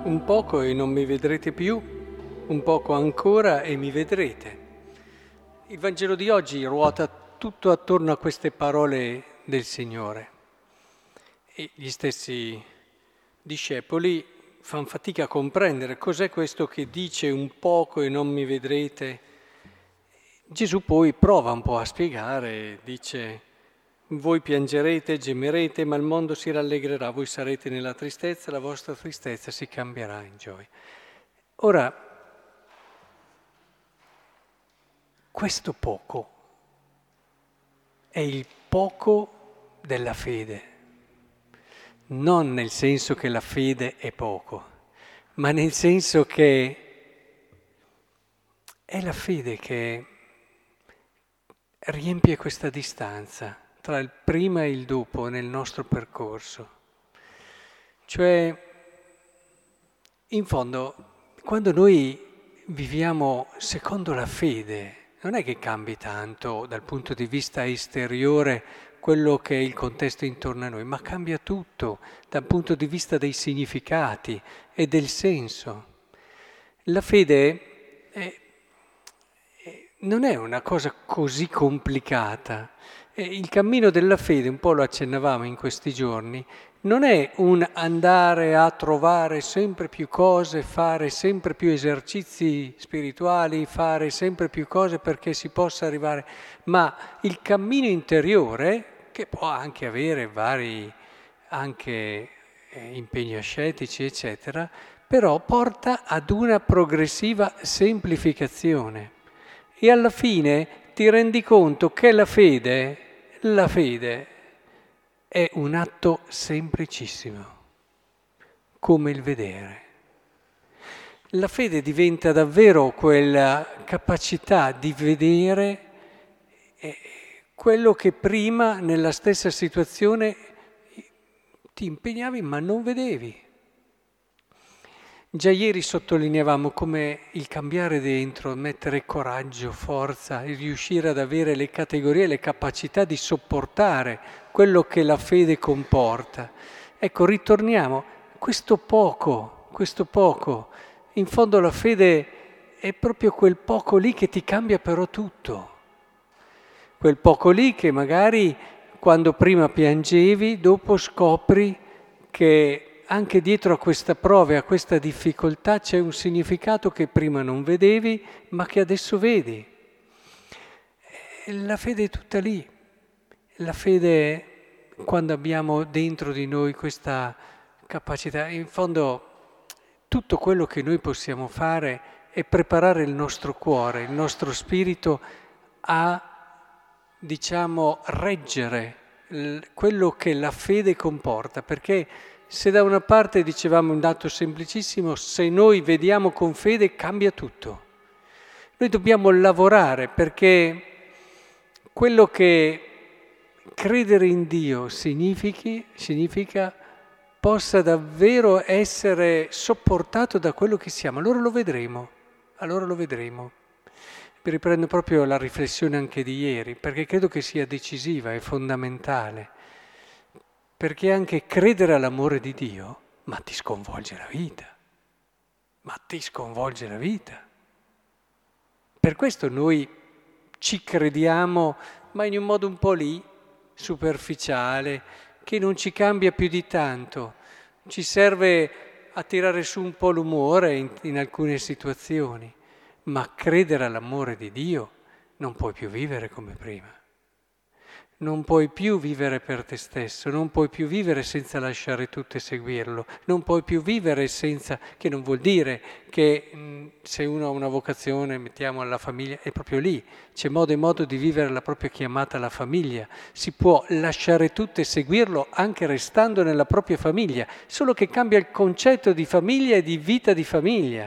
Un poco e non mi vedrete più, un poco ancora e mi vedrete. Il Vangelo di oggi ruota tutto attorno a queste parole del Signore e gli stessi discepoli fanno fatica a comprendere cos'è questo che dice un poco e non mi vedrete. Gesù poi prova un po' a spiegare, dice: voi piangerete, gemerete, ma il mondo si rallegrerà, voi sarete nella tristezza, la vostra tristezza si cambierà in gioia. Ora, questo poco è il poco della fede, non nel senso che la fede è poco, ma nel senso che è la fede che riempie questa distanza tra il prima e il dopo nel nostro percorso. Cioè, in fondo, quando noi viviamo secondo la fede, non è che cambi tanto dal punto di vista esteriore quello che è il contesto intorno a noi, ma cambia tutto dal punto di vista dei significati e del senso. La fede non è una cosa così complicata. Il cammino della fede, un po' lo accennavamo in questi giorni, non è un andare a trovare sempre più cose, fare sempre più esercizi spirituali, fare sempre più cose perché si possa arrivare, ma il cammino interiore, che può anche avere vari anche impegni ascetici, eccetera, però porta ad una progressiva semplificazione. E alla fine ti rendi conto che la fede è un atto semplicissimo, come il vedere. La fede diventa davvero quella capacità di vedere quello che prima nella stessa situazione ti impegnavi ma non vedevi. Già ieri sottolineavamo come il cambiare dentro, mettere coraggio, forza, e riuscire ad avere le categorie, le capacità di sopportare quello che la fede comporta. Ecco, ritorniamo, questo poco, in fondo la fede è proprio quel poco lì che ti cambia però tutto. Quel poco lì che magari quando prima piangevi, dopo scopri che anche dietro a questa prova e a questa difficoltà c'è un significato che prima non vedevi, ma che adesso vedi. La fede è tutta lì. La fede, quando abbiamo dentro di noi questa capacità, in fondo tutto quello che noi possiamo fare è preparare il nostro cuore, il nostro spirito a, diciamo, reggere quello che la fede comporta, perché se da una parte dicevamo un dato semplicissimo, se noi vediamo con fede cambia tutto. Noi dobbiamo lavorare perché quello che credere in Dio significa possa davvero essere sopportato da quello che siamo. Allora lo vedremo. Vi riprendo proprio la riflessione anche di ieri, perché credo che sia decisiva e fondamentale. Perché anche credere all'amore di Dio, ma ti sconvolge la vita. Per questo noi ci crediamo, ma in un modo un po' lì, superficiale, che non ci cambia più di tanto. Ci serve a tirare su un po' l'umore in alcune situazioni, ma credere all'amore di Dio non puoi più vivere come prima. Non puoi più vivere per te stesso, non puoi più vivere senza lasciare tutto e seguirlo, non puoi più vivere senza, che non vuol dire che se uno ha una vocazione, mettiamo alla famiglia, è proprio lì, c'è modo e modo di vivere la propria chiamata alla famiglia, si può lasciare tutto e seguirlo anche restando nella propria famiglia, solo che cambia il concetto di famiglia e di vita di famiglia.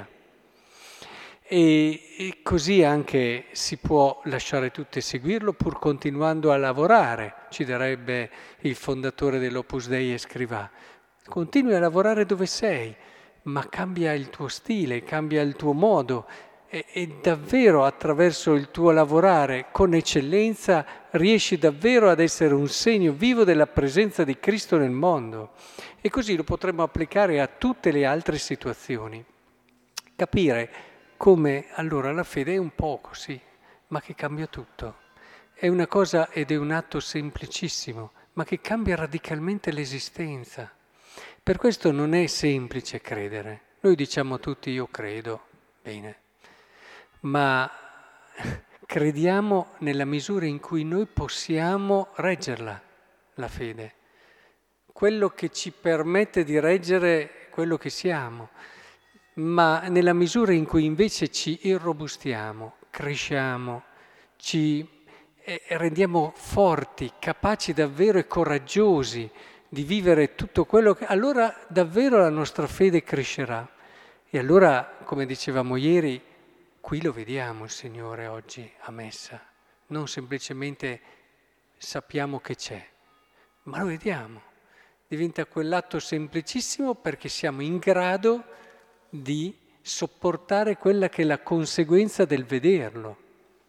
E così anche si può lasciare tutto e seguirlo pur continuando a lavorare, ci direbbe il fondatore dell'Opus Dei e Scrivà. Continui a lavorare dove sei, ma cambia il tuo stile, cambia il tuo modo, e davvero attraverso il tuo lavorare con eccellenza riesci davvero ad essere un segno vivo della presenza di Cristo nel mondo. E così lo potremmo applicare a tutte le altre situazioni. Capire come allora la fede è un poco, sì, ma che cambia tutto. È una cosa ed è un atto semplicissimo, ma che cambia radicalmente l'esistenza. Per questo non è semplice credere. Noi diciamo tutti io credo, bene, ma crediamo nella misura in cui noi possiamo reggerla, la fede. Quello che ci permette di reggere quello che siamo, ma nella misura in cui invece ci irrobustiamo, cresciamo, ci rendiamo forti, capaci davvero e coraggiosi di vivere tutto quello che... allora davvero la nostra fede crescerà. E allora, come dicevamo ieri, qui lo vediamo il Signore oggi a messa. Non semplicemente sappiamo che c'è, ma lo vediamo. Diventa quell'atto semplicissimo perché siamo in grado di sopportare quella che è la conseguenza del vederlo.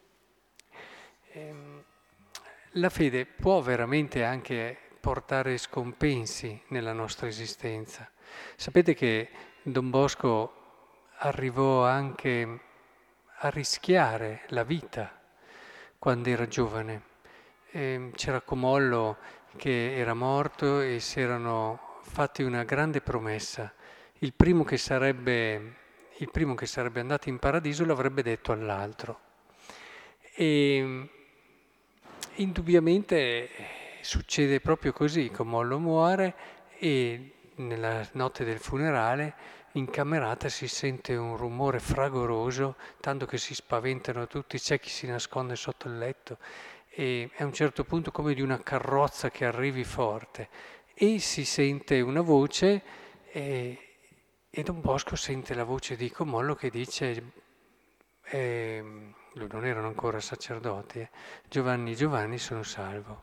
La fede può veramente anche portare scompensi nella nostra esistenza. Sapete che Don Bosco arrivò anche a rischiare la vita quando era giovane. C'era Comollo che era morto e si erano fatti una grande promessa. Il primo che sarebbe andato in paradiso l'avrebbe detto all'altro. E indubbiamente succede proprio così, Comollo muore e nella notte del funerale in camerata si sente un rumore fragoroso, tanto che si spaventano tutti, c'è chi si nasconde sotto il letto e a un certo punto come di una carrozza che arrivi forte e si sente una voce e Don Bosco sente la voce di Comollo che dice, lui non erano ancora sacerdoti, Giovanni, Giovanni, sono salvo.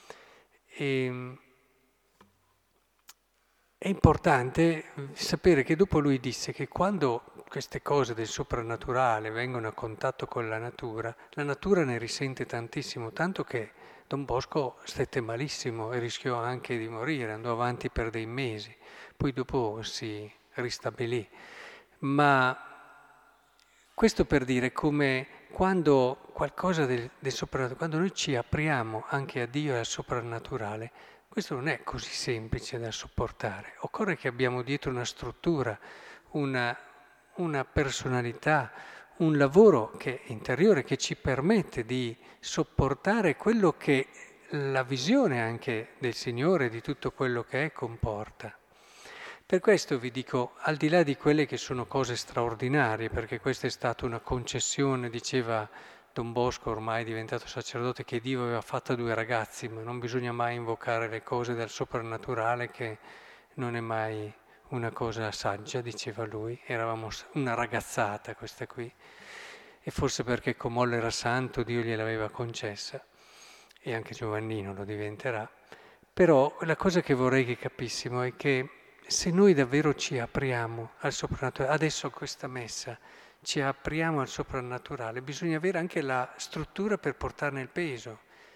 È importante sapere che dopo lui disse che quando queste cose del soprannaturale vengono a contatto con la natura ne risente tantissimo, tanto che Don Bosco stette malissimo e rischiò anche di morire, andò avanti per dei mesi, poi dopo si ristabilì. Ma questo per dire come quando qualcosa del soprannaturale, quando noi ci apriamo anche a Dio e al soprannaturale, questo non è così semplice da sopportare. Occorre che abbiamo dietro una struttura, una personalità, un lavoro interiore che ci permette di sopportare quello che la visione anche del Signore, di tutto quello che è, comporta. Per questo vi dico, al di là di quelle che sono cose straordinarie, perché questa è stata una concessione, diceva Don Bosco, ormai diventato sacerdote, che Dio aveva fatto a 2 ragazzi, ma non bisogna mai invocare le cose del soprannaturale, che non è mai una cosa saggia, diceva lui. Eravamo una ragazzata questa qui, e forse perché Comollo era santo Dio gliel'aveva concessa, e anche Giovannino lo diventerà. Però la cosa che vorrei che capissimo è che se noi davvero ci apriamo al soprannaturale, adesso a questa messa, ci apriamo al soprannaturale, bisogna avere anche la struttura per portarne il peso.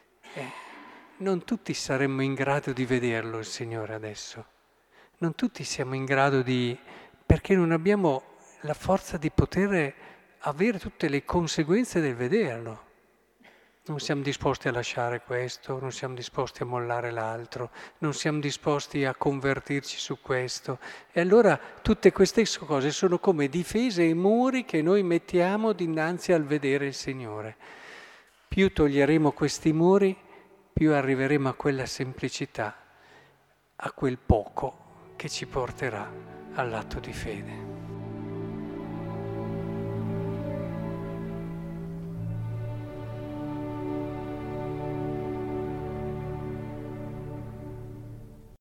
Non tutti saremmo in grado di vederlo il Signore adesso, non tutti siamo in grado perché non abbiamo la forza di poter avere tutte le conseguenze del vederlo. Non siamo disposti a lasciare questo, non siamo disposti a mollare l'altro, non siamo disposti a convertirci su questo. E allora tutte queste cose sono come difese e muri che noi mettiamo dinanzi al vedere il Signore. Più toglieremo questi muri, più arriveremo a quella semplicità, a quel poco che ci porterà all'atto di fede.